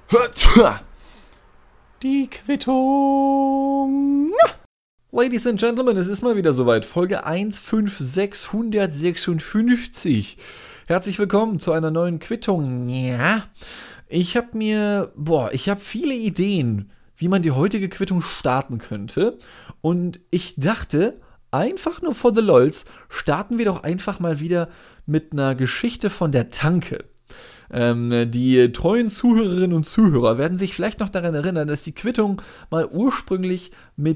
Die Quittung. Ladies and Gentlemen, es ist mal wieder soweit. Folge 15656. Herzlich willkommen zu einer neuen Quittung. Ja, ich habe viele Ideen, wie man die heutige Quittung starten könnte. Und ich dachte, einfach nur for the lols, starten wir doch einfach mal wieder mit einer Geschichte von der Tanke. Die treuen Zuhörerinnen und Zuhörer werden sich vielleicht noch daran erinnern, dass die Quittung mal ursprünglich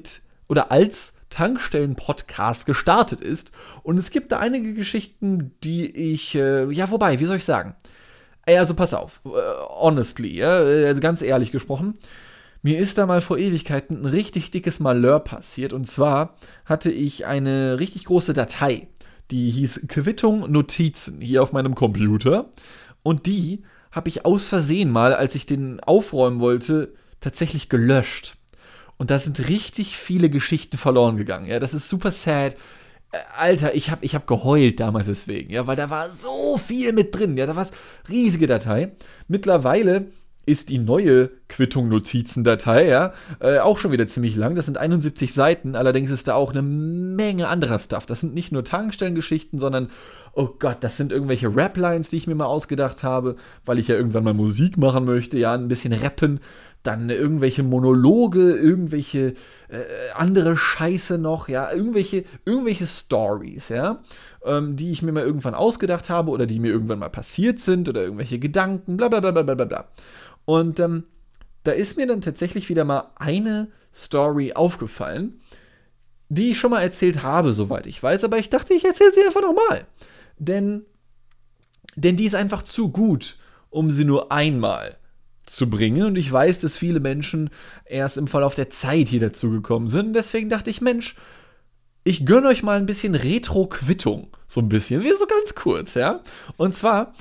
als Tankstellen-Podcast gestartet ist. Und es gibt da einige Geschichten, die ich, wie soll ich sagen? Also pass auf, honestly, also ganz ehrlich gesprochen, mir ist da mal vor Ewigkeiten ein richtig dickes Malheur passiert. Und zwar hatte ich eine richtig große Datei, die hieß Quittung Notizen hier auf meinem Computer. Und die habe ich aus Versehen mal, als ich den aufräumen wollte, tatsächlich gelöscht. Und da sind richtig viele Geschichten verloren gegangen. Ja, das ist super sad. Alter, ich hab geheult damals deswegen, ja, weil da war so viel mit drin. Ja, da war es riesige Datei. Mittlerweile ist die neue Quittung-Notizen-Datei, ja, auch schon wieder ziemlich lang. Das sind 71 Seiten, allerdings ist da auch eine Menge anderer Stuff. Das sind nicht nur Tankstellengeschichten, sondern, oh Gott, das sind irgendwelche Rap-Lines, die ich mir mal ausgedacht habe, weil ich ja irgendwann mal Musik machen möchte, ja, ein bisschen rappen. Dann irgendwelche Monologe, irgendwelche andere Scheiße noch, ja, irgendwelche Stories, ja, die ich mir mal irgendwann ausgedacht habe oder die mir irgendwann mal passiert sind oder irgendwelche Gedanken, bla bla bla bla bla bla. Und da ist mir dann tatsächlich wieder mal eine Story aufgefallen, die ich schon mal erzählt habe, soweit ich weiß, aber ich dachte, ich erzähle sie einfach nochmal. Denn die ist einfach zu gut, um sie nur einmal zu bringen. Und ich weiß, dass viele Menschen erst im Verlauf der Zeit hier dazu gekommen sind. Und deswegen dachte ich, Mensch, ich gönne euch mal ein bisschen Retro-Quittung. So ein bisschen, wie so ganz kurz, ja. Und zwar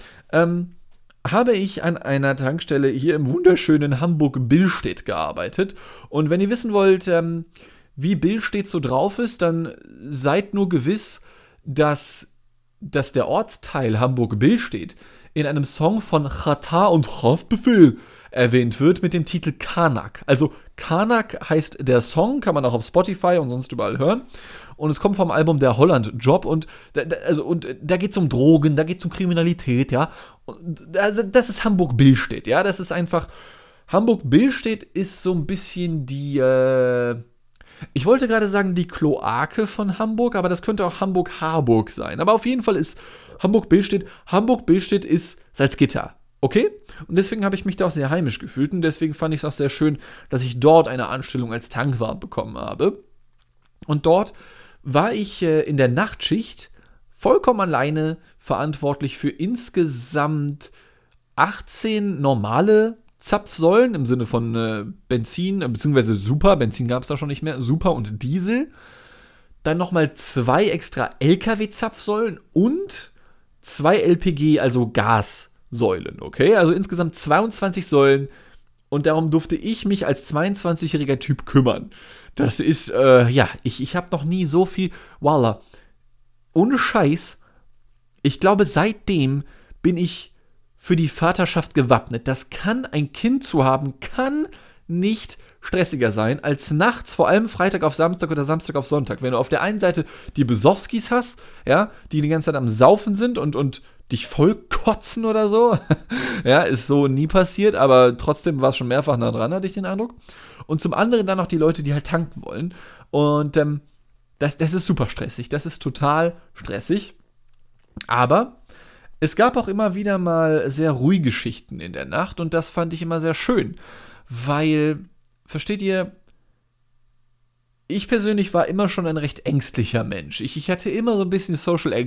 habe ich an einer Tankstelle hier im wunderschönen Hamburg-Billstedt gearbeitet. Und wenn ihr wissen wollt, wie Billstedt so drauf ist, dann seid nur gewiss, dass der Ortsteil Hamburg-Billstedt in einem Song von Xatar und Haftbefehl erwähnt wird mit dem Titel Karnak. Also Karnak heißt der Song, kann man auch auf Spotify und sonst überall hören. Und es kommt vom Album Der Holland-Job und da geht es um Drogen, da geht es um Kriminalität, ja. Und das ist Hamburg-Billstedt, ja. Das ist einfach, Hamburg-Billstedt ist so ein bisschen die, ich wollte gerade sagen, die Kloake von Hamburg, aber das könnte auch Hamburg-Harburg sein. Aber auf jeden Fall ist Hamburg-Billstedt ist Salzgitter, okay? Und deswegen habe ich mich da auch sehr heimisch gefühlt und deswegen fand ich es auch sehr schön, dass ich dort eine Anstellung als Tankwart bekommen habe. Und dort war ich in der Nachtschicht vollkommen alleine verantwortlich für insgesamt 18 normale Zapfsäulen im Sinne von Benzin, beziehungsweise Super, Benzin gab es da schon nicht mehr, Super und Diesel. Dann nochmal 2 extra LKW-Zapfsäulen und 2 LPG, also Gassäulen, okay? Also insgesamt 22 Säulen und darum durfte ich mich als 22-jähriger Typ kümmern. Das ist, ich habe noch nie so viel, voila, ohne Scheiß, ich glaube, seitdem bin ich für die Vaterschaft gewappnet. Ein Kind zu haben, kann nicht stressiger sein als nachts, vor allem Freitag auf Samstag oder Samstag auf Sonntag. Wenn du auf der einen Seite die Besowskis hast, ja, die ganze Zeit am Saufen sind und dich voll kotzen oder so. Ja, ist so nie passiert, aber trotzdem war es schon mehrfach nah dran, hatte ich den Eindruck. Und zum anderen dann noch die Leute, die halt tanken wollen. Und das ist super stressig. Das ist total stressig. Aber es gab auch immer wieder mal sehr ruhige Geschichten in der Nacht und das fand ich immer sehr schön. Weil, versteht ihr, ich persönlich war immer schon ein recht ängstlicher Mensch. Ich hatte immer so ein bisschen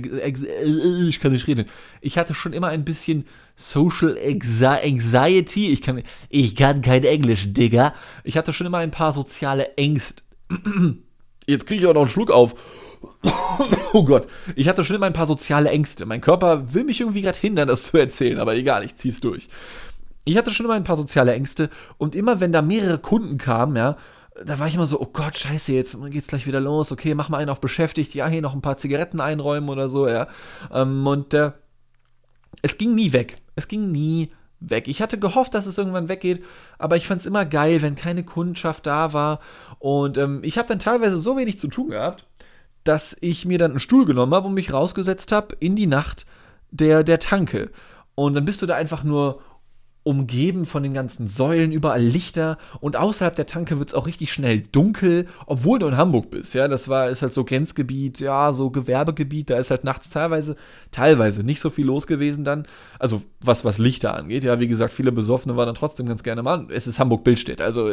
ich kann nicht reden. Ich hatte schon immer ein bisschen Social Anxiety. Ich kann kein Englisch, Digga. Ich hatte schon immer ein paar soziale Ängste. Jetzt kriege ich auch noch einen Schluck auf. Oh Gott. Ich hatte schon immer ein paar soziale Ängste. Mein Körper will mich irgendwie gerade hindern, das zu erzählen, aber egal, ich zieh's durch. Ich hatte schon immer ein paar soziale Ängste und immer, wenn da mehrere Kunden kamen, ja, da war ich immer so, oh Gott, scheiße, jetzt geht's gleich wieder los, okay, mach mal einen auf beschäftigt, ja, hier noch ein paar Zigaretten einräumen oder so, ja. Und es ging nie weg. Es ging nie weg. Ich hatte gehofft, dass es irgendwann weggeht, aber ich fand es immer geil, wenn keine Kundschaft da war. Und ich habe dann teilweise so wenig zu tun gehabt, dass ich mir dann einen Stuhl genommen habe und mich rausgesetzt habe in die Nacht der Tanke. Und dann bist du da einfach nur umgeben von den ganzen Säulen, überall Lichter, und außerhalb der Tanke wird es auch richtig schnell dunkel, obwohl du in Hamburg bist, ja, ist halt so Grenzgebiet, ja, so Gewerbegebiet, da ist halt nachts teilweise nicht so viel los gewesen dann, also was Lichter angeht, ja, wie gesagt, viele Besoffene waren dann trotzdem ganz gerne mal, es ist Hamburg-Billstedt, also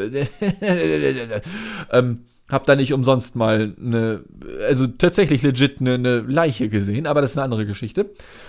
hab da nicht umsonst mal also tatsächlich legit eine Leiche gesehen, aber das ist eine andere Geschichte.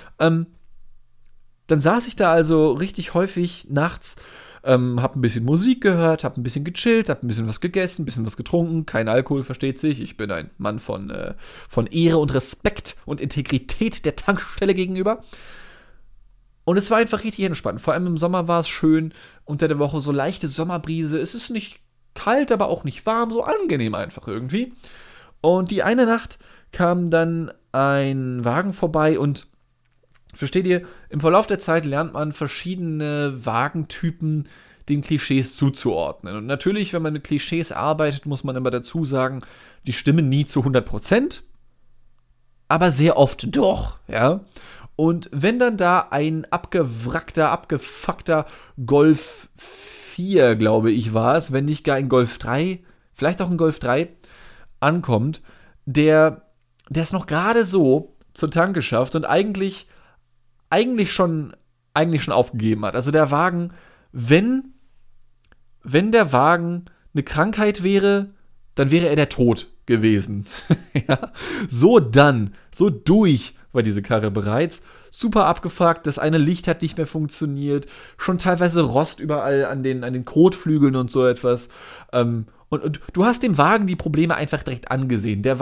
Dann saß ich da also richtig häufig nachts, hab ein bisschen Musik gehört, hab ein bisschen gechillt, hab ein bisschen was gegessen, ein bisschen was getrunken, kein Alkohol, versteht sich. Ich bin ein Mann von Ehre und Respekt und Integrität der Tankstelle gegenüber. Und es war einfach richtig entspannt. Vor allem im Sommer war es schön, unter der Woche so leichte Sommerbrise. Es ist nicht kalt, aber auch nicht warm, so angenehm einfach irgendwie. Und die eine Nacht kam dann ein Wagen vorbei und versteht ihr, im Verlauf der Zeit lernt man verschiedene Wagentypen den Klischees zuzuordnen. Und natürlich, wenn man mit Klischees arbeitet, muss man immer dazu sagen, die stimmen nie zu 100%, aber sehr oft doch, ja. Und wenn dann da ein abgefuckter Golf 4, glaube ich, war es, wenn nicht gar ein Golf 3, vielleicht auch ein Golf 3, ankommt, der es noch gerade so zur Tanke schafft und eigentlich schon aufgegeben hat. Also der Wagen, wenn der Wagen eine Krankheit wäre, dann wäre er der Tod gewesen. Ja, so durch war diese Karre bereits. Super abgefuckt, das eine Licht hat nicht mehr funktioniert, schon teilweise Rost überall an den Kotflügeln und so etwas. Und du hast dem Wagen die Probleme einfach direkt angesehen. Der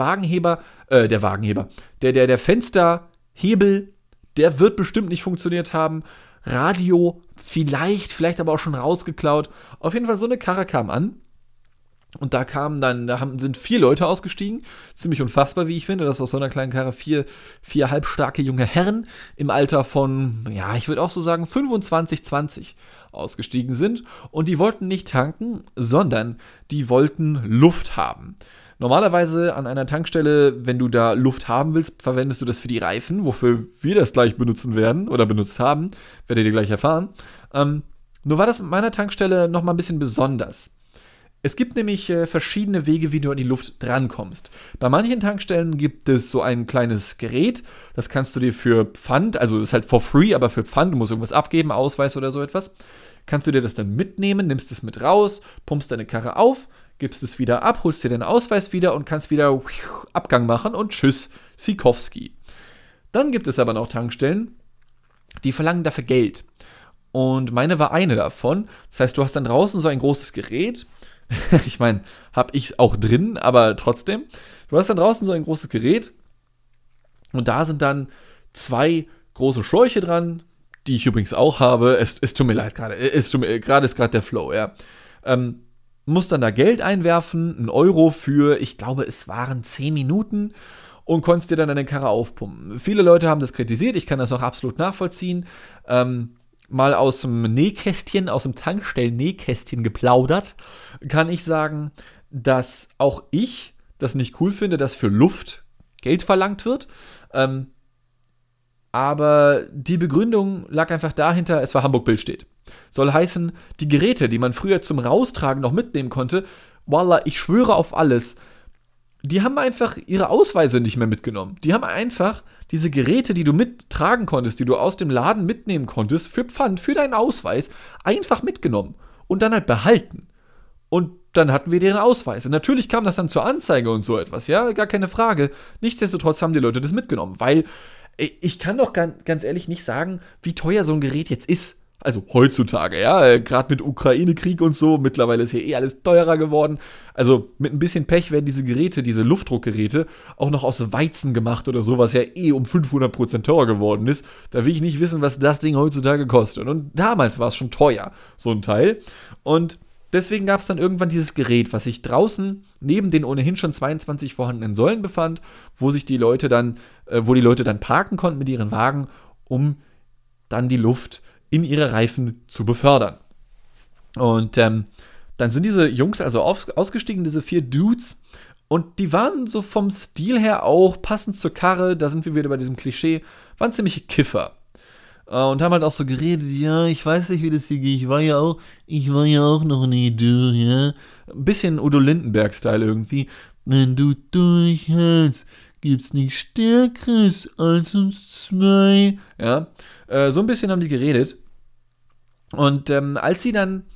Fensterhebel, der wird bestimmt nicht funktioniert haben. Radio vielleicht aber auch schon rausgeklaut. Auf jeden Fall, so eine Karre kam an. Und sind 4 Leute ausgestiegen. Ziemlich unfassbar, wie ich finde, dass aus so einer kleinen Karre 4 halbstarke junge Herren im Alter von, ja, ich würde auch so sagen 25, 20 ausgestiegen sind. Und die wollten nicht tanken, sondern die wollten Luft haben. Normalerweise an einer Tankstelle, wenn du da Luft haben willst, verwendest du das für die Reifen, wofür wir das gleich benutzen werden oder benutzt haben, werdet ihr gleich erfahren. Nur war das an meiner Tankstelle nochmal ein bisschen besonders. Es gibt nämlich verschiedene Wege, wie du an die Luft drankommst. Bei manchen Tankstellen gibt es so ein kleines Gerät, das kannst du dir für Pfand, also ist halt for free, aber für Pfand, du musst irgendwas abgeben, Ausweis oder so etwas, kannst du dir das dann mitnehmen, nimmst es mit raus, pumpst deine Karre auf, gibst es wieder ab, holst dir deinen Ausweis wieder und kannst wieder Abgang machen und tschüss, Sikowski. Dann gibt es aber noch Tankstellen, die verlangen dafür Geld. Und meine war eine davon. Das heißt, du hast dann draußen so ein großes Gerät. Ich meine, hab ich auch drin, aber trotzdem. Du hast dann draußen so ein großes Gerät und da sind dann 2 große Schläuche dran, die ich übrigens auch habe. Es tut mir leid gerade. Gerade ist gerade der Flow, ja. Musst dann da Geld einwerfen, 1 Euro für, ich glaube, es waren 10 Minuten und konntest dir dann deine Karre aufpumpen. Viele Leute haben das kritisiert, ich kann das auch absolut nachvollziehen. Mal aus dem Tankstellen-Nähkästchen geplaudert, kann ich sagen, dass auch ich das nicht cool finde, dass für Luft Geld verlangt wird. Aber die Begründung lag einfach dahinter, es war Hamburg-Billstedt. Soll heißen, die Geräte, die man früher zum Raustragen noch mitnehmen konnte, wallah, ich schwöre auf alles, die haben einfach ihre Ausweise nicht mehr mitgenommen. Die haben einfach diese Geräte, die du mittragen konntest, die du aus dem Laden mitnehmen konntest, für Pfand, für deinen Ausweis, einfach mitgenommen und dann halt behalten. Und dann hatten wir deren Ausweise. Natürlich kam das dann zur Anzeige und so etwas, ja, gar keine Frage. Nichtsdestotrotz haben die Leute das mitgenommen, weil ich kann doch ganz ehrlich nicht sagen, wie teuer so ein Gerät jetzt ist. Also heutzutage, ja, gerade mit Ukraine-Krieg und so, mittlerweile ist hier alles teurer geworden. Also mit ein bisschen Pech werden diese Geräte, diese Luftdruckgeräte, auch noch aus Weizen gemacht oder so, was ja um 500% teurer geworden ist. Da will ich nicht wissen, was das Ding heutzutage kostet. Und damals war es schon teuer, so ein Teil. Und deswegen gab es dann irgendwann dieses Gerät, was sich draußen neben den ohnehin schon 22 vorhandenen Säulen befand, wo die Leute dann parken konnten mit ihren Wagen, um dann die Luft in ihre Reifen zu befördern. Und dann sind diese Jungs also ausgestiegen, diese 4 Dudes, und die waren so vom Stil her auch passend zur Karre, da sind wir wieder bei diesem Klischee, waren ziemliche Kiffer. Und haben halt auch so geredet, ja, ich weiß nicht, wie das hier geht, ich war ja auch noch nie du, ja. Ein bisschen Udo Lindenberg-Style irgendwie. Wenn du durchhältst, gibt's nichts Stärkeres als uns 2. Ja, so ein bisschen haben die geredet. Und als sie dann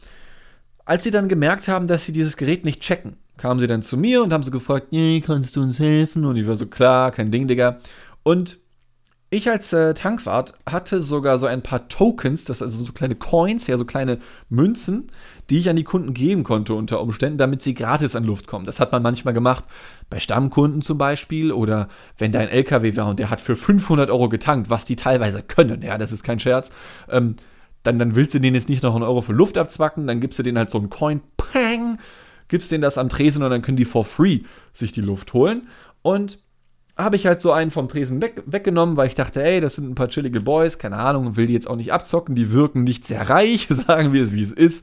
gemerkt haben, dass sie dieses Gerät nicht checken, kamen sie dann zu mir und haben so gefragt, nee, kannst du uns helfen? Und ich war so, klar, kein Ding, Digga. Und ich als Tankwart hatte sogar so ein paar Tokens, das sind also so kleine Coins, ja, so kleine Münzen, die ich an die Kunden geben konnte unter Umständen, damit sie gratis an Luft kommen. Das hat man manchmal gemacht, bei Stammkunden zum Beispiel, oder wenn da ein LKW war und der hat für 500 € getankt, was die teilweise können, ja, das ist kein Scherz, dann willst du denen jetzt nicht noch einen Euro für Luft abzwacken, dann gibst du denen halt so einen Coin, pang, gibst denen das am Tresen und dann können die for free sich die Luft holen. Und habe ich halt so einen vom Tresen weggenommen, weil ich dachte, ey, das sind ein paar chillige Boys, keine Ahnung, will die jetzt auch nicht abzocken, die wirken nicht sehr reich, sagen wir es, wie es ist.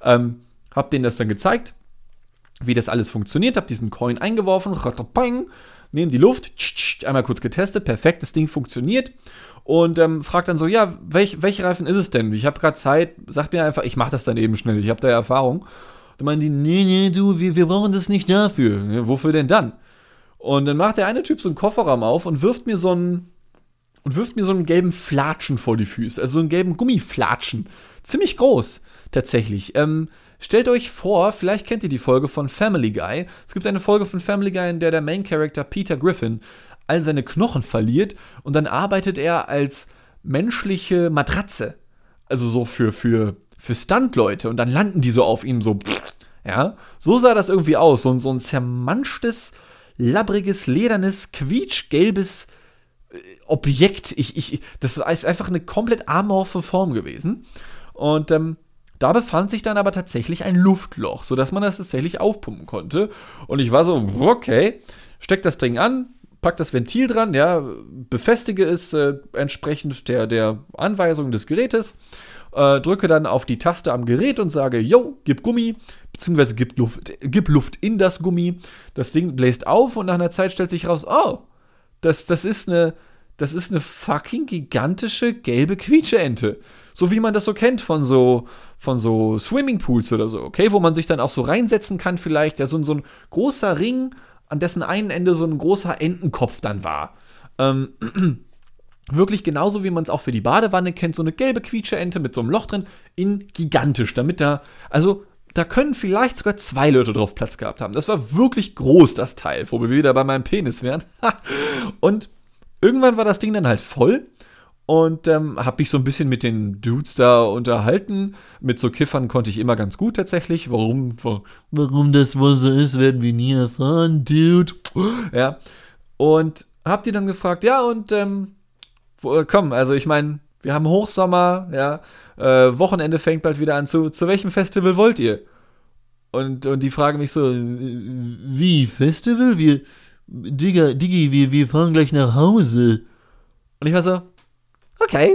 Hab denen das dann gezeigt, wie das alles funktioniert, hab diesen Coin eingeworfen, nehmen die Luft, einmal kurz getestet, perfekt, das Ding funktioniert. Und fragt dann so, ja, welche Reifen ist es denn? Ich habe gerade Zeit, sagt mir einfach, ich mache das dann eben schnell, ich habe da ja Erfahrung. Dann meinen die, nee, du, wir brauchen das nicht dafür. Ja, wofür denn dann? Und dann macht der eine Typ so einen Kofferraum auf und wirft mir so einen gelben Flatschen vor die Füße. Also so einen gelben Gummiflatschen. Ziemlich groß, tatsächlich. Stellt euch vor, vielleicht kennt ihr die Folge von Family Guy. Es gibt eine Folge von Family Guy, in der der Main Character Peter Griffin all seine Knochen verliert und dann arbeitet er als menschliche Matratze. Also so für Stuntleute und dann landen die so auf ihm so. Ja, so sah das irgendwie aus. So ein zermanschtes, labbriges, ledernes, quietschgelbes Objekt. Das ist einfach eine komplett amorphe Form gewesen. Und da befand sich dann aber tatsächlich ein Luftloch, sodass man das tatsächlich aufpumpen konnte. Und ich war so, okay, steck das Ding an, pack das Ventil dran, ja, befestige es entsprechend der Anweisung des Gerätes, drücke dann auf die Taste am Gerät und sage, yo, gib Gummi, beziehungsweise gib Luft in das Gummi. Das Ding bläst auf und nach einer Zeit stellt sich raus, oh, das ist eine fucking gigantische gelbe Quietscheente. So wie man das so kennt von so Swimmingpools oder so, okay, wo man sich dann auch so reinsetzen kann vielleicht. Ja, so ein großer Ring, an dessen einen Ende so ein großer Entenkopf dann war. Wirklich genauso, wie man es auch für die Badewanne kennt, so eine gelbe Quietscheente mit so einem Loch drin, in gigantisch, da können vielleicht sogar 2 Leute drauf Platz gehabt haben. Das war wirklich groß, das Teil, wo wir wieder bei meinem Penis wären. Und irgendwann war das Ding dann halt voll und habe mich so ein bisschen mit den Dudes da unterhalten. Mit so Kiffern konnte ich immer ganz gut tatsächlich. Warum das wohl so ist, werden wir nie erfahren, Dude. Ja. Und hab die dann gefragt, ja, und komm, also ich meine, wir haben Hochsommer, ja, Wochenende fängt bald wieder an. Zu welchem Festival wollt ihr? Und die fragen mich so, wie, Festival? Diggi, wir fahren gleich nach Hause. Und ich war so, okay.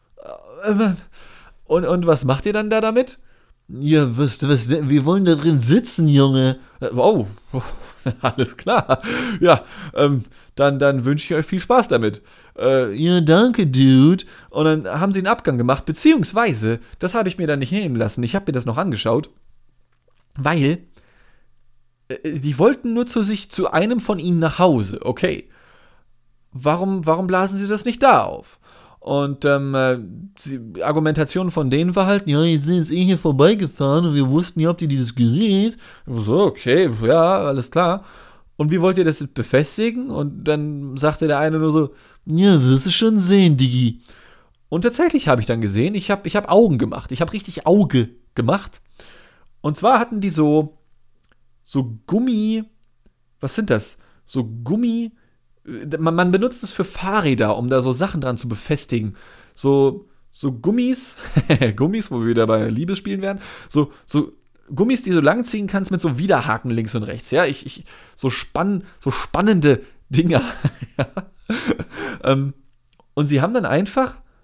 Und was macht ihr dann da damit? Ja, was denn? Wir wollen da drin sitzen, Junge. Oh, alles klar. Ja, dann wünsche ich euch viel Spaß damit. Ja, danke, Dude. Und dann haben sie einen Abgang gemacht, beziehungsweise, das habe ich mir dann nicht nehmen lassen. Ich habe mir das noch angeschaut, weil die wollten nur zu einem von ihnen nach Hause. Okay. Warum blasen sie das nicht da auf? Und die Argumentation von denen war halt, ja, jetzt sind sie hier vorbeigefahren und wir wussten, ihr habt ihr dieses Gerät. So, okay, ja, alles klar. Und wie wollt ihr das jetzt befestigen? Und dann sagte der eine nur so, ja, wirst du schon sehen, Diggi. Und tatsächlich habe ich dann gesehen, ich hab Augen gemacht. Ich habe richtig Auge gemacht. Und zwar hatten die so Gummi, was sind das? So Gummi, man benutzt es für Fahrräder, um da so Sachen dran zu befestigen. So Gummis, Gummis, wo wir wieder bei Liebesspielen wären, so Gummis, die du langziehen kannst mit so Widerhaken links und rechts, ja, so spannende Dinger. Ja. Und sie haben dann einfach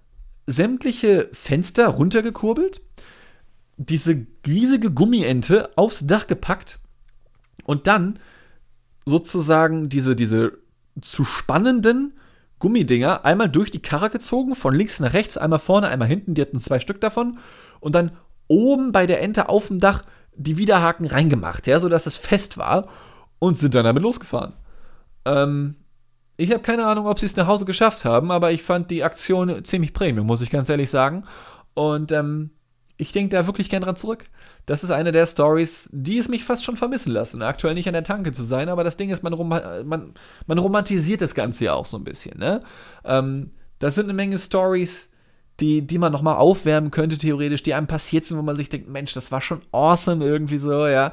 sämtliche Fenster runtergekurbelt, diese riesige Gummiente aufs Dach gepackt und dann sozusagen diese zu spannenden Gummidinger einmal durch die Karre gezogen, von links nach rechts, einmal vorne, einmal hinten, die hatten 2 Stück davon und dann oben bei der Ente auf dem Dach die Widerhaken reingemacht, ja, sodass es fest war und sind dann damit losgefahren. Ich habe keine Ahnung, ob sie es nach Hause geschafft haben, aber ich fand die Aktion ziemlich Premium, muss ich ganz ehrlich sagen. Und ich denke da wirklich gern dran zurück. Das ist eine der Stories, die es mich fast schon vermissen lassen, aktuell nicht an der Tanke zu sein, aber das Ding ist, man romantisiert das Ganze ja auch so ein bisschen, ne? Das sind eine Menge Stories, die man nochmal aufwärmen könnte, theoretisch, die einem passiert sind, wo man sich denkt, Mensch, das war schon awesome irgendwie so, ja.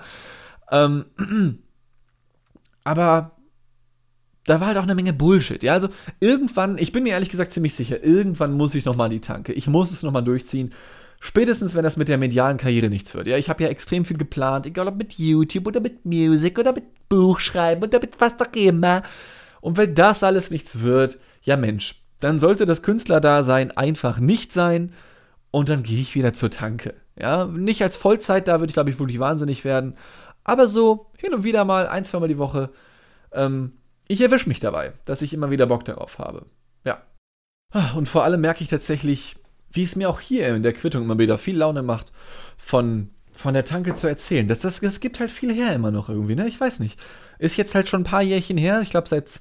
Aber da war halt auch eine Menge Bullshit, ja, also irgendwann, ich bin mir ehrlich gesagt ziemlich sicher, irgendwann muss ich nochmal an die Tanke, ich muss es nochmal durchziehen, spätestens, wenn das mit der medialen Karriere nichts wird, ja, ich habe ja extrem viel geplant, egal ob mit YouTube oder mit Music oder mit Buchschreiben oder mit was auch immer, und wenn das alles nichts wird, ja Mensch, dann sollte das Künstlerdasein einfach nicht sein und dann gehe ich wieder zur Tanke, ja, nicht als Vollzeit, da würde ich, glaube ich, wirklich wahnsinnig werden, aber so hin und wieder mal, 1-2 Mal die Woche, ich erwische mich dabei, dass ich immer wieder Bock darauf habe. Ja. Und vor allem merke ich tatsächlich, wie es mir auch hier in der Quittung immer wieder viel Laune macht, von der Tanke zu erzählen. Das gibt halt viel her immer noch irgendwie, ne? Ich weiß nicht. Ist jetzt halt schon ein paar Jährchen her. Ich glaube seit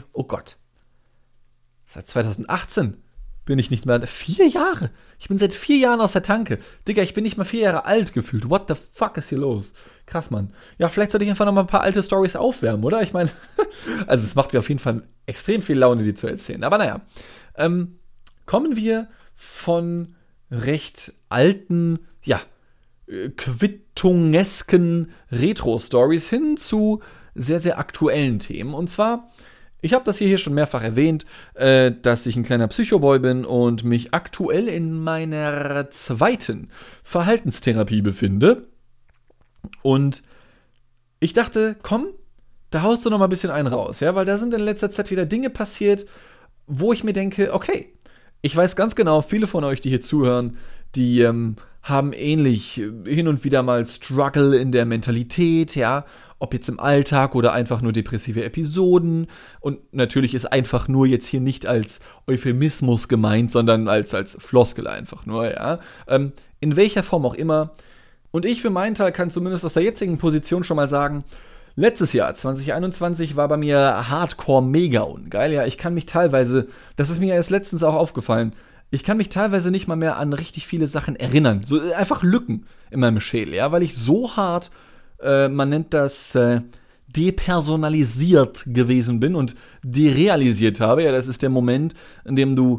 2018 bin ich nicht mehr. 4 Jahre. Ich bin seit 4 Jahren aus der Tanke. Digga, ich bin nicht mal 4 Jahre alt gefühlt. What the fuck ist hier los? Krass, Mann. Ja, vielleicht sollte ich einfach noch mal ein paar alte Storys aufwärmen, oder? Ich meine, also es macht mir auf jeden Fall extrem viel Laune, die zu erzählen. Aber naja, kommen wir von recht alten, ja, quittungesken Retro-Stories hin zu sehr, sehr aktuellen Themen. Und zwar, ich habe das hier schon mehrfach erwähnt, dass ich ein kleiner Psychoboy bin und mich aktuell in meiner 2. Verhaltenstherapie befinde. Und ich dachte, komm, da haust du noch mal ein bisschen einen raus, ja, weil da sind in letzter Zeit wieder Dinge passiert, wo ich mir denke, okay, ich weiß ganz genau, viele von euch, die hier zuhören, die haben ähnlich hin und wieder mal Struggle in der Mentalität, ja, ob jetzt im Alltag oder einfach nur depressive Episoden. Und natürlich ist einfach nur jetzt hier nicht als Euphemismus gemeint, sondern als Floskel einfach nur, ja. In welcher Form auch immer. Und ich für meinen Teil kann zumindest aus der jetzigen Position schon mal sagen, letztes Jahr, 2021, war bei mir Hardcore mega ungeil. Ja, ich kann mich teilweise, das ist mir erst letztens auch aufgefallen, ich kann mich teilweise nicht mal mehr an richtig viele Sachen erinnern. So einfach Lücken in meinem Schädel, ja, weil ich so hart, man nennt das depersonalisiert gewesen bin und derealisiert habe. Ja, das ist der Moment, in dem du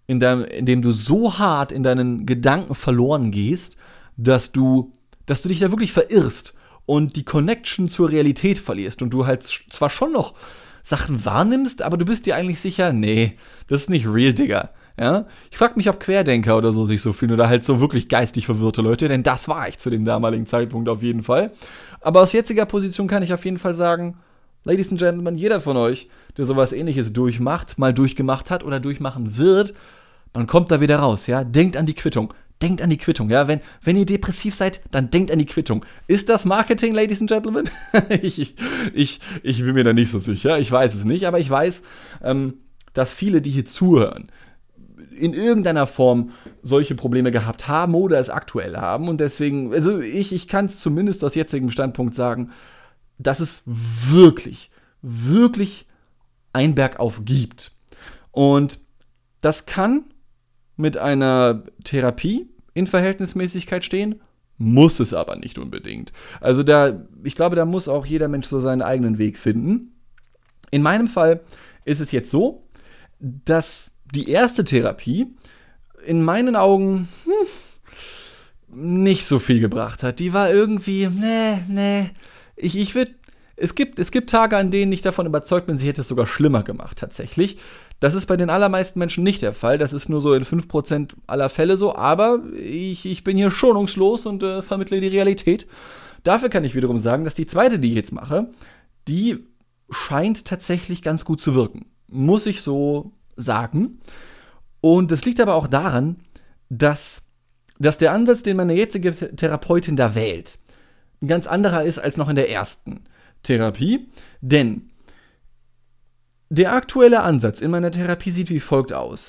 so hart in deinen Gedanken verloren gehst, dass du dich da wirklich verirrst und die Connection zur Realität verlierst und du halt zwar schon noch Sachen wahrnimmst, aber du bist dir eigentlich sicher, nee, das ist nicht real, Digga. Ja? Ich frag mich, ob Querdenker oder so sich so fühlen oder halt so wirklich geistig verwirrte Leute, denn das war ich zu dem damaligen Zeitpunkt auf jeden Fall. Aber aus jetziger Position kann ich auf jeden Fall sagen, Ladies and Gentlemen, jeder von euch, der sowas Ähnliches durchmacht, mal durchgemacht hat oder durchmachen wird, man kommt da wieder raus, ja? Denkt an die Quittung. Denkt an die Quittung, ja, wenn ihr depressiv seid, dann denkt an die Quittung. Ist das Marketing, Ladies and Gentlemen? ich bin mir da nicht so sicher, ich weiß es nicht, aber ich weiß, dass viele, die hier zuhören, in irgendeiner Form solche Probleme gehabt haben oder es aktuell haben und deswegen, also ich kann es zumindest aus jetzigem Standpunkt sagen, dass es wirklich, wirklich ein Bergauf gibt. Und das kann mit einer Therapie in Verhältnismäßigkeit stehen, muss es aber nicht unbedingt. Also ich glaube, da muss auch jeder Mensch so seinen eigenen Weg finden. In meinem Fall ist es jetzt so, dass die erste Therapie in meinen Augen nicht so viel gebracht hat. Die war irgendwie, es gibt Tage, an denen ich davon überzeugt bin, sie hätte es sogar schlimmer gemacht, tatsächlich. Das ist bei den allermeisten Menschen nicht der Fall. Das ist nur so in 5% aller Fälle so. Aber ich bin hier schonungslos und vermittle die Realität. Dafür kann ich wiederum sagen, dass die zweite, die ich jetzt mache, die scheint tatsächlich ganz gut zu wirken. Muss ich so sagen. Und das liegt aber auch daran, dass der Ansatz, den meine jetzige Therapeutin da wählt, ein ganz anderer ist als noch in der ersten Therapie. Denn der aktuelle Ansatz in meiner Therapie sieht wie folgt aus.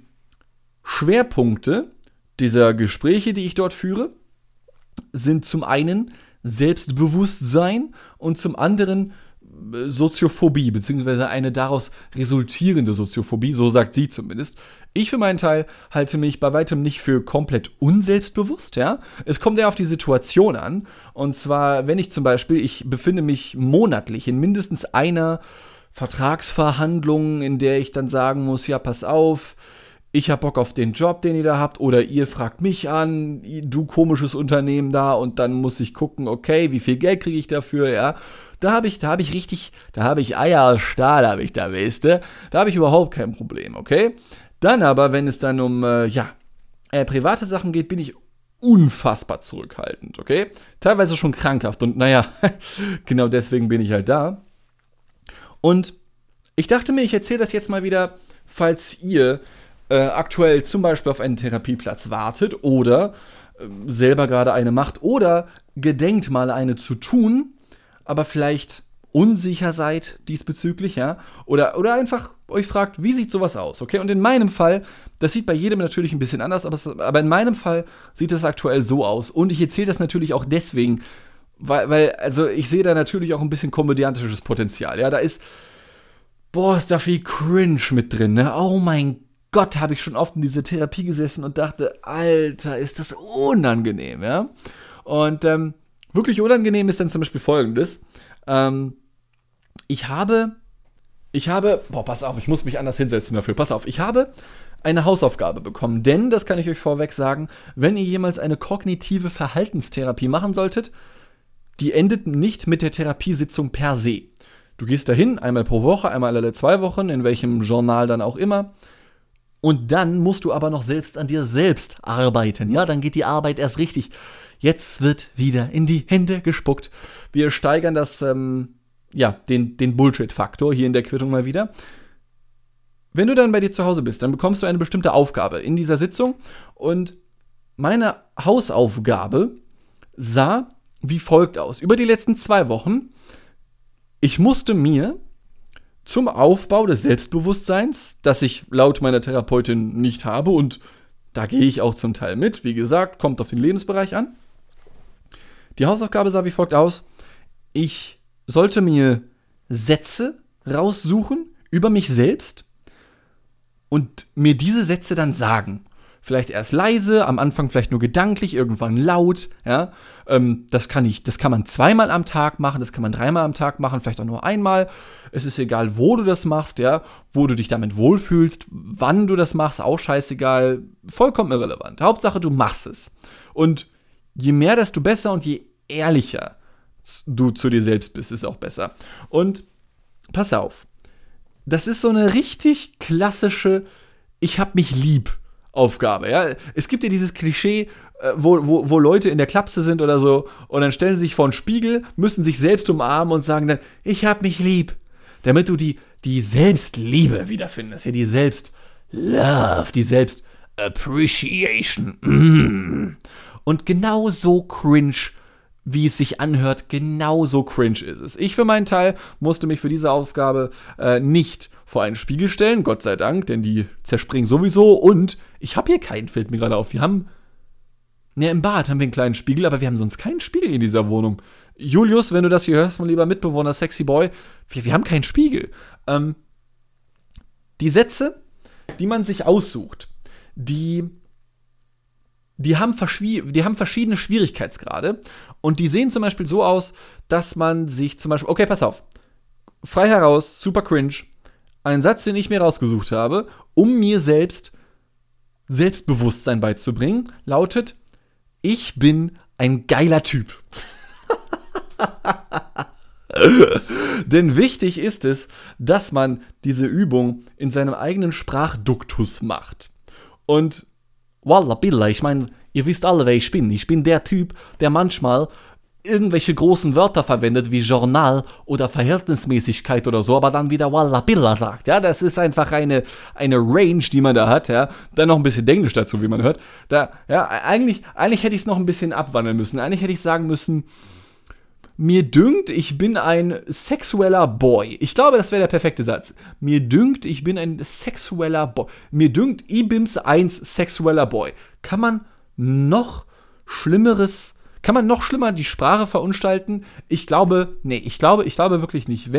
Schwerpunkte dieser Gespräche, die ich dort führe, sind zum einen Selbstbewusstsein und zum anderen Soziophobie, beziehungsweise eine daraus resultierende Soziophobie, so sagt sie zumindest. Ich für meinen Teil halte mich bei weitem nicht für komplett unselbstbewusst, ja. Es kommt ja auf die Situation an, und zwar, wenn ich zum Beispiel, ich befinde mich monatlich in mindestens einer Vertragsverhandlung, in der ich dann sagen muss, ja, pass auf, ich hab Bock auf den Job, den ihr da habt, oder ihr fragt mich an, du komisches Unternehmen da, und dann muss ich gucken, okay, wie viel Geld kriege ich dafür, ja. Da habe ich Eier aus Stahl, weißt du. Da habe ich überhaupt kein Problem, okay? Dann aber, wenn es dann um, private Sachen geht, bin ich unfassbar zurückhaltend, okay? Teilweise schon krankhaft und naja, genau deswegen bin ich halt da. Und ich dachte mir, ich erzähle das jetzt mal wieder, falls ihr aktuell zum Beispiel auf einen Therapieplatz wartet oder selber gerade eine macht oder gedenkt mal eine zu tun, aber vielleicht unsicher seid diesbezüglich, ja, oder einfach euch fragt, wie sieht sowas aus, okay? Und in meinem Fall, das sieht bei jedem natürlich ein bisschen anders, aber in meinem Fall sieht es aktuell so aus. Und ich erzähle das natürlich auch deswegen, weil also ich sehe da natürlich auch ein bisschen komödiantisches Potenzial, ja, ist da viel Cringe mit drin, ne? Oh mein Gott, habe ich schon oft in dieser Therapie gesessen und dachte, Alter, ist das unangenehm, ja? Und wirklich unangenehm ist dann zum Beispiel Folgendes. Ich habe, pass auf, ich muss mich anders hinsetzen dafür. Pass auf, ich habe eine Hausaufgabe bekommen, denn, das kann ich euch vorweg sagen, wenn ihr jemals eine kognitive Verhaltenstherapie machen solltet, die endet nicht mit der Therapiesitzung per se. Du gehst dahin, einmal pro Woche, einmal alle 2 Wochen, in welchem Journal dann auch immer. Und dann musst du aber noch selbst an dir selbst arbeiten. Ja, dann geht die Arbeit erst richtig. Jetzt wird wieder in die Hände gespuckt. Wir steigern das, den Bullshit-Faktor hier in der Quittung mal wieder. Wenn du dann bei dir zu Hause bist, dann bekommst du eine bestimmte Aufgabe in dieser Sitzung. Und meine Hausaufgabe sah wie folgt aus. Über die letzten 2 Wochen, ich musste mir zum Aufbau des Selbstbewusstseins, das ich laut meiner Therapeutin nicht habe, und da gehe ich auch zum Teil mit, wie gesagt, kommt auf den Lebensbereich an. Die Hausaufgabe sah wie folgt aus. Ich sollte mir Sätze raussuchen über mich selbst und mir diese Sätze dann sagen. Vielleicht erst leise, am Anfang vielleicht nur gedanklich, irgendwann laut, ja. Das kann man 2-mal am Tag machen, das kann man 3-mal am Tag machen, vielleicht auch nur einmal. Es ist egal, wo du das machst, ja, wo du dich damit wohlfühlst, wann du das machst, auch scheißegal, vollkommen irrelevant. Hauptsache, du machst es. Und je mehr, desto besser, und je ehrlicher du zu dir selbst bist, ist auch besser. Und pass auf, das ist so eine richtig klassische Ich hab mich lieb Aufgabe, ja. Es gibt ja dieses Klischee, wo Leute in der Klapse sind oder so und dann stellen sie sich vor einen Spiegel, müssen sich selbst umarmen und sagen dann, ich hab mich lieb. Damit du die Selbstliebe wiederfindest, ja, die Selbstlove, die Selbstappreciation. Und genau so cringe, wie es sich anhört, genau so cringe ist es. Ich für meinen Teil musste mich für diese Aufgabe nicht vor einen Spiegel stellen, Gott sei Dank, denn die zerspringen sowieso, und ich habe hier keinen, fällt mir gerade auf. Im Bad haben wir einen kleinen Spiegel, aber wir haben sonst keinen Spiegel in dieser Wohnung. Julius, wenn du das hier hörst, mein lieber Mitbewohner, Sexy Boy, wir haben keinen Spiegel. Die Sätze, die man sich aussucht, die haben verschiedene Schwierigkeitsgrade, und die sehen zum Beispiel so aus, dass man sich zum Beispiel, okay, pass auf, frei heraus, super cringe, ein Satz, den ich mir rausgesucht habe, um mir Selbstbewusstsein beizubringen, lautet: Ich bin ein geiler Typ. Denn wichtig ist es, dass man diese Übung in seinem eigenen Sprachduktus macht. Und Wallah Billah, ich meine, ihr wisst alle, wer ich bin. Ich bin der Typ, der manchmal irgendwelche großen Wörter verwendet, wie Journal oder Verhältnismäßigkeit oder so, aber dann wieder Walla Billa sagt, ja, das ist einfach eine Range, die man da hat, ja, dann noch ein bisschen Englisch dazu, wie man hört, da, ja, eigentlich hätte ich es noch ein bisschen abwandeln müssen, eigentlich hätte ich sagen müssen, mir dünkt, ich bin ein sexueller Boy. Ich glaube, das wäre der perfekte Satz. Mir dünkt, ich bin ein sexueller Boy. Mir dünkt, IBIMS 1 sexueller Boy. Kann man noch schlimmer die Sprache verunstalten? Ich glaube wirklich nicht.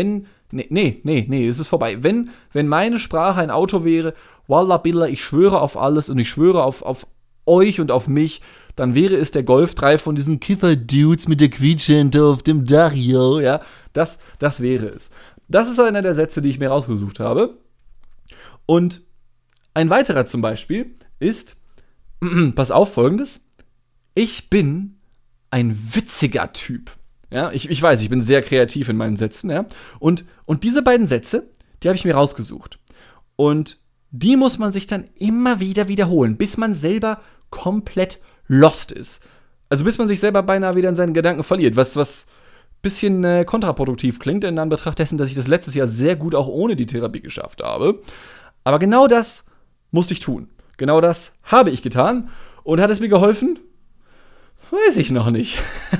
Es ist vorbei. Wenn meine Sprache ein Auto wäre, Wallah Billah, ich schwöre auf alles und ich schwöre auf euch und auf mich, dann wäre es der Golf 3 von diesen Kiffer-Dudes mit der Quietschente auf dem Dario, ja, das wäre es. Das ist einer der Sätze, die ich mir rausgesucht habe. Und ein weiterer zum Beispiel ist, pass auf, Folgendes, ich bin ein witziger Typ. Ja, ich weiß, ich bin sehr kreativ in meinen Sätzen, ja, und diese beiden Sätze, die habe ich mir rausgesucht. Und die muss man sich dann immer wieder wiederholen, bis man selber komplett lost ist. Also bis man sich selber beinahe wieder in seinen Gedanken verliert, was ein bisschen kontraproduktiv klingt, in Anbetracht dessen, dass ich das letztes Jahr sehr gut auch ohne die Therapie geschafft habe. Aber genau das musste ich tun. Genau das habe ich getan. Und hat es mir geholfen? Weiß ich noch nicht.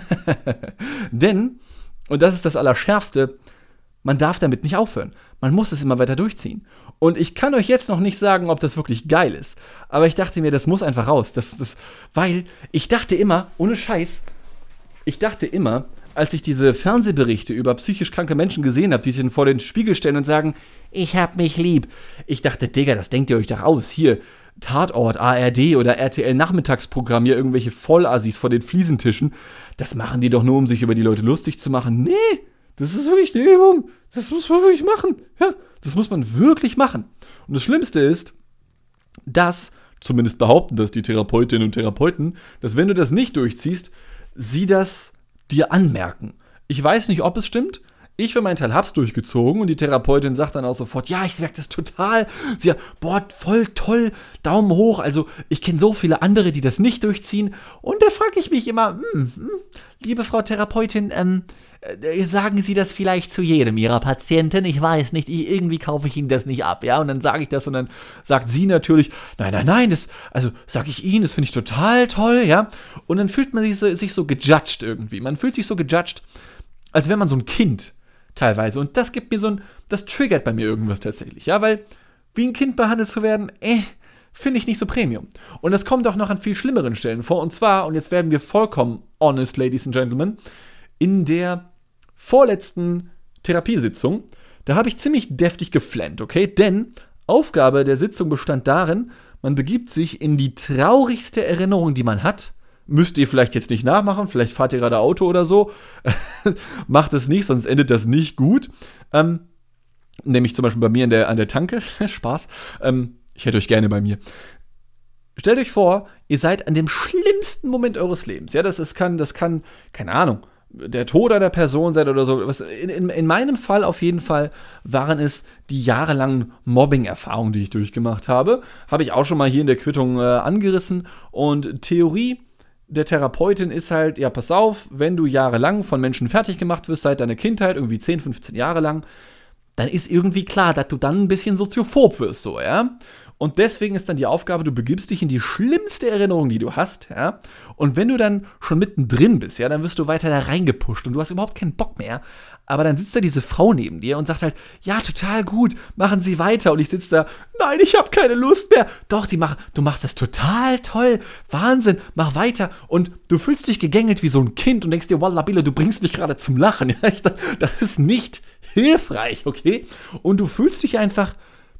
Denn, und das ist das Allerschärfste, man darf damit nicht aufhören. Man muss es immer weiter durchziehen. Und ich kann euch jetzt noch nicht sagen, ob das wirklich geil ist. Aber ich dachte mir, das muss einfach raus. Weil ich dachte immer, ohne Scheiß, als ich diese Fernsehberichte über psychisch kranke Menschen gesehen habe, die sich vor den Spiegel stellen und sagen, ich hab mich lieb. Ich dachte, Digga, das denkt ihr euch doch aus. Hier, Tatort, ARD oder RTL Nachmittagsprogramm, hier irgendwelche Vollassis vor den Fliesentischen. Das machen die doch nur, um sich über die Leute lustig zu machen. Nee, das ist wirklich eine Übung. Das muss man wirklich machen. Ja, das muss man wirklich machen. Und das Schlimmste ist, dass, zumindest behaupten das die Therapeutinnen und Therapeuten, dass wenn du das nicht durchziehst, sie das dir anmerken. Ich weiß nicht, ob es stimmt. Ich für meinen Teil hab's durchgezogen und die Therapeutin sagt dann auch sofort, ja, ich merke das total. Sie sagt, boah, voll toll, Daumen hoch. Also ich kenne so viele andere, die das nicht durchziehen. Und da frage ich mich immer, liebe Frau Therapeutin, sagen Sie das vielleicht zu jedem Ihrer Patienten? Ich weiß nicht, irgendwie kaufe ich Ihnen das nicht ab, ja? Und dann sage ich das und dann sagt sie natürlich, nein, das, also sage ich Ihnen, das finde ich total toll, ja? Und dann fühlt man sich so gejudged irgendwie. Man fühlt sich so gejudged, als wäre man so ein Kind teilweise. Und das gibt mir das triggert bei mir irgendwas tatsächlich, ja? Weil wie ein Kind behandelt zu werden, finde ich nicht so Premium. Und das kommt auch noch an viel schlimmeren Stellen vor. Und zwar, und jetzt werden wir vollkommen honest, Ladies and Gentlemen, in der vorletzten Therapiesitzung, da habe ich ziemlich deftig geflennt, okay? Denn Aufgabe der Sitzung bestand darin, man begibt sich in die traurigste Erinnerung, die man hat. Müsst ihr vielleicht jetzt nicht nachmachen, vielleicht fahrt ihr gerade Auto oder so. Macht es nicht, sonst endet das nicht gut. Nämlich zum Beispiel bei mir an der Tanke. Spaß. Ich hätte euch gerne bei mir. Stellt euch vor, ihr seid an dem schlimmsten Moment eures Lebens. Ja, das kann, keine Ahnung, der Tod einer Person sein oder so. In meinem Fall auf jeden Fall waren es die jahrelangen Mobbing-Erfahrungen, die ich durchgemacht habe. Habe ich auch schon mal hier in der Quittung angerissen. Und Theorie der Therapeutin ist halt, ja, pass auf, wenn du jahrelang von Menschen fertig gemacht wirst, seit deiner Kindheit, irgendwie 10, 15 Jahre lang, dann ist irgendwie klar, dass du dann ein bisschen soziophob wirst, so, ja. Und deswegen ist dann die Aufgabe, du begibst dich in die schlimmste Erinnerung, die du hast, ja. Und wenn du dann schon mittendrin bist, ja, dann wirst du weiter da reingepusht und du hast überhaupt keinen Bock mehr. Aber dann sitzt da diese Frau neben dir und sagt halt, ja, total gut, machen Sie weiter. Und ich sitze da, nein, ich habe keine Lust mehr. Doch, du machst das total toll, Wahnsinn, mach weiter. Und du fühlst dich gegängelt wie so ein Kind und denkst dir, Wallah Billah, du bringst mich gerade zum Lachen. Ja, das ist nicht hilfreich, okay? Und du fühlst dich einfach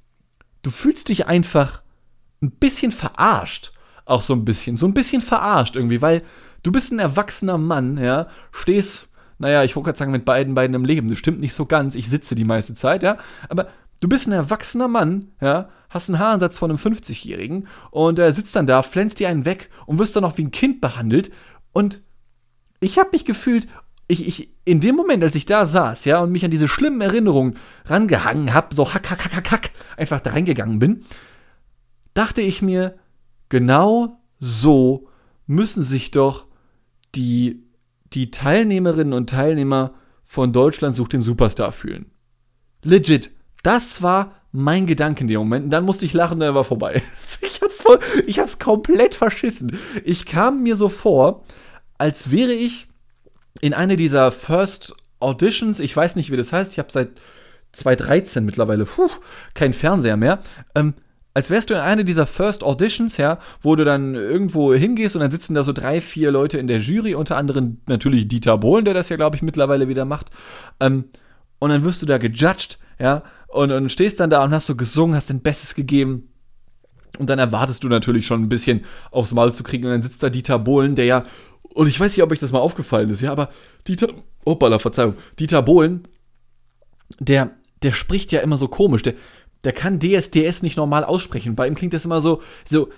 ein bisschen verarscht, auch so ein bisschen verarscht irgendwie, weil du bist ein erwachsener Mann, ja, stehst, naja, ich wollte gerade sagen, mit beiden Beinen im Leben, das stimmt nicht so ganz, ich sitze die meiste Zeit, ja, aber du bist ein erwachsener Mann, ja, hast einen Haaransatz von einem 50-Jährigen und sitzt dann da, flänzt dir einen weg und wirst dann noch wie ein Kind behandelt und ich habe mich gefühlt, in dem Moment, als ich da saß, ja, und mich an diese schlimmen Erinnerungen rangehangen habe, so hack, einfach da reingegangen bin, dachte ich mir, genau so müssen sich doch die die Teilnehmerinnen und Teilnehmer von Deutschland sucht den Superstar fühlen. Legit. Das war mein Gedanke in dem Moment. Und dann musste ich lachen und dann war vorbei. Ich hab's komplett verschissen. Ich kam mir so vor, als wäre ich in einer dieser First Auditions, ich weiß nicht, wie das heißt, ich habe seit 2013 mittlerweile kein Fernseher mehr, als wärst du in einer dieser First Auditions, ja, wo du dann irgendwo hingehst und dann sitzen da so 3, 4 Leute in der Jury, unter anderem natürlich Dieter Bohlen, der das ja, glaube ich, mittlerweile wieder macht, und dann wirst du da gejudged, ja, und stehst dann da und hast so gesungen, hast dein Bestes gegeben und dann erwartest du natürlich schon ein bisschen aufs Maul zu kriegen und dann sitzt da Dieter Bohlen, der ja, und ich weiß nicht, ob euch das mal aufgefallen ist, ja, aber Dieter Bohlen, der spricht ja immer so komisch, der kann DSDS nicht normal aussprechen. Bei ihm klingt das immer so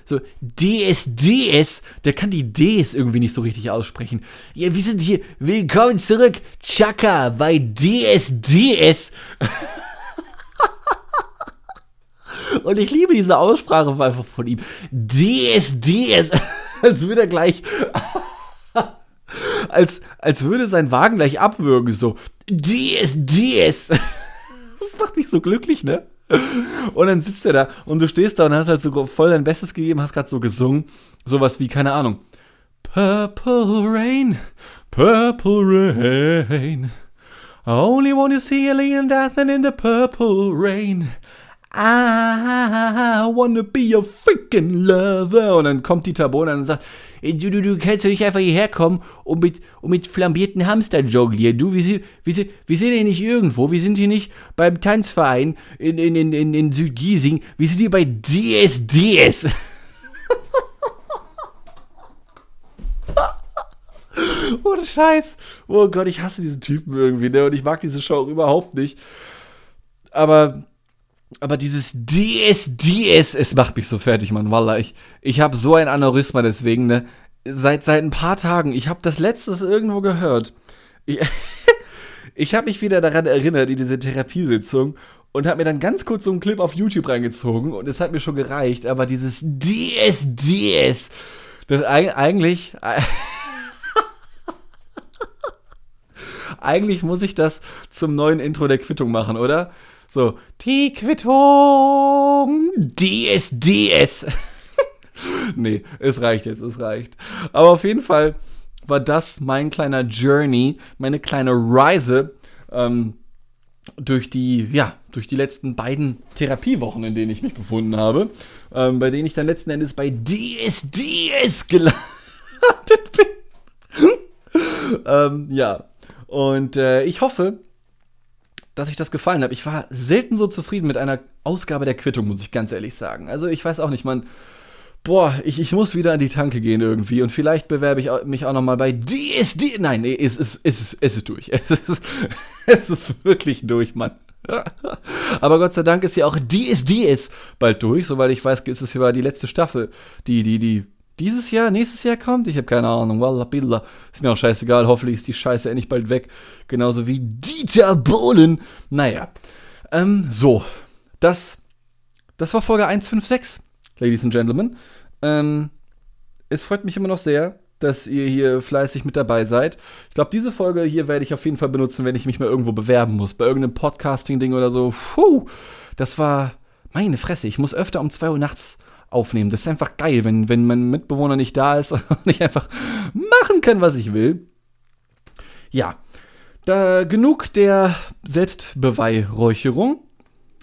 DSDS, der kann die Ds irgendwie nicht so richtig aussprechen. Ja, wir sind hier, willkommen zurück, Chaka, bei DSDS. Und ich liebe diese Aussprache einfach von ihm. DSDS, als würde er gleich, als würde sein Wagen gleich abwürgen, so DSDS. Das macht mich so glücklich, ne? Und dann sitzt er da und du stehst da und hast halt so voll dein Bestes gegeben, hast gerade so gesungen, sowas wie, keine Ahnung, Purple Rain, I only want to see a alien dancing in the purple rain, I wanna be your freaking lover. Und dann kommt Dieter Bohlen und sagt, du kannst doch nicht einfach hierher kommen und mit flambierten Hamster jonglieren. Du, wir sind hier nicht irgendwo, wir sind hier nicht beim Tanzverein in Südgiesing, wir sind hier bei DSDS. Ohne Scheiß. Oh Gott, ich hasse diesen Typen irgendwie, ne? Und ich mag diese Show auch überhaupt nicht. Aber dieses DSDS, es macht mich so fertig, Mann, Wallah. Ich habe so ein Aneurysma deswegen, ne? Seit ein paar Tagen. Ich habe das letztes irgendwo gehört. Ich habe mich wieder daran erinnert, in diese Therapiesitzung und habe mir dann ganz kurz so einen Clip auf YouTube reingezogen und es hat mir schon gereicht, aber dieses DSDS, das eigentlich muss ich das zum neuen Intro der Quittung machen, oder? So, die Quittung, DSDS. Nee, es reicht jetzt, es reicht. Aber auf jeden Fall war das mein kleiner Journey, meine kleine Reise durch die letzten beiden Therapiewochen, in denen ich mich befunden habe, bei denen ich dann letzten Endes bei DSDS gelandet bin. Ja, und ich hoffe, dass euch das gefallen hat. Ich war selten so zufrieden mit einer Ausgabe der Quittung, muss ich ganz ehrlich sagen. Also ich weiß auch nicht, ich muss wieder an die Tanke gehen irgendwie und vielleicht bewerbe ich mich auch nochmal bei DSD. Nein, nee, es ist durch. Es ist wirklich durch, Mann. Aber Gott sei Dank ist ja auch DSDS bald durch, soweit ich weiß, ist es ja die letzte Staffel, die nächstes Jahr kommt. Ich habe keine Ahnung. Wallah billah. Ist mir auch scheißegal. Hoffentlich ist die Scheiße endlich bald weg. Genauso wie Dieter Bohlen. Naja. So. Das war Folge 156, Ladies and Gentlemen. Es freut mich immer noch sehr, dass ihr hier fleißig mit dabei seid. Ich glaube, diese Folge hier werde ich auf jeden Fall benutzen, wenn ich mich mal irgendwo bewerben muss. Bei irgendeinem Podcasting-Ding oder so. Das war meine Fresse. Ich muss öfter um 2 Uhr nachts aufnehmen. Das ist einfach geil, wenn mein Mitbewohner nicht da ist und ich einfach machen kann, was ich will. Ja, genug der Selbstbeweihräucherung.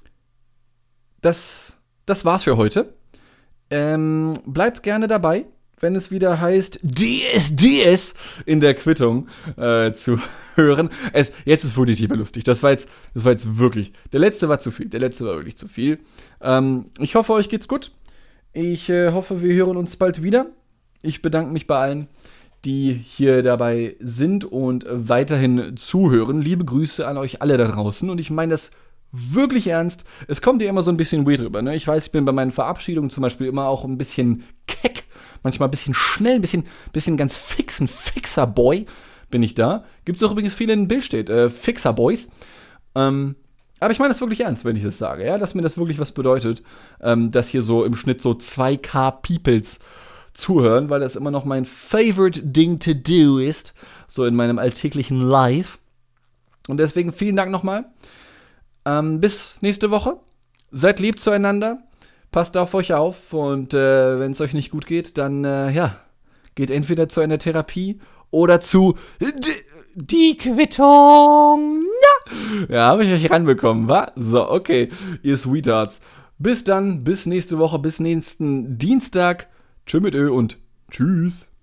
Das war's für heute. Bleibt gerne dabei, wenn es wieder heißt, DSDS in der Quittung zu hören. Jetzt ist wirklich nicht mehr lustig. Das war jetzt wirklich. Der letzte war zu viel. Der letzte war wirklich zu viel. Ich hoffe, euch geht's gut. Ich hoffe, wir hören uns bald wieder. Ich bedanke mich bei allen, die hier dabei sind und weiterhin zuhören. Liebe Grüße an euch alle da draußen. Und ich meine das wirklich ernst. Es kommt ja immer so ein bisschen weird rüber, ne? Ich weiß, ich bin bei meinen Verabschiedungen zum Beispiel immer auch ein bisschen keck, manchmal ein bisschen schnell, ein bisschen ganz fix, ein fixer Boy bin ich da. Gibt es auch übrigens viele in dem Bild steht, fixer Boys. Aber ich meine das wirklich ernst, wenn ich das sage, ja, dass mir das wirklich was bedeutet, dass hier so im Schnitt so 2K Peoples zuhören, weil das immer noch mein favorite Ding to do ist, so in meinem alltäglichen Life. Und deswegen vielen Dank nochmal. Bis nächste Woche. Seid lieb zueinander. Passt auf euch auf. Und wenn es euch nicht gut geht, dann geht entweder zu einer Therapie oder zu die Quittung. Ja, habe ich euch ranbekommen, wa? So, okay, ihr Sweethearts. Bis dann, bis nächste Woche, bis nächsten Dienstag. Tschö mit Ö und tschüss.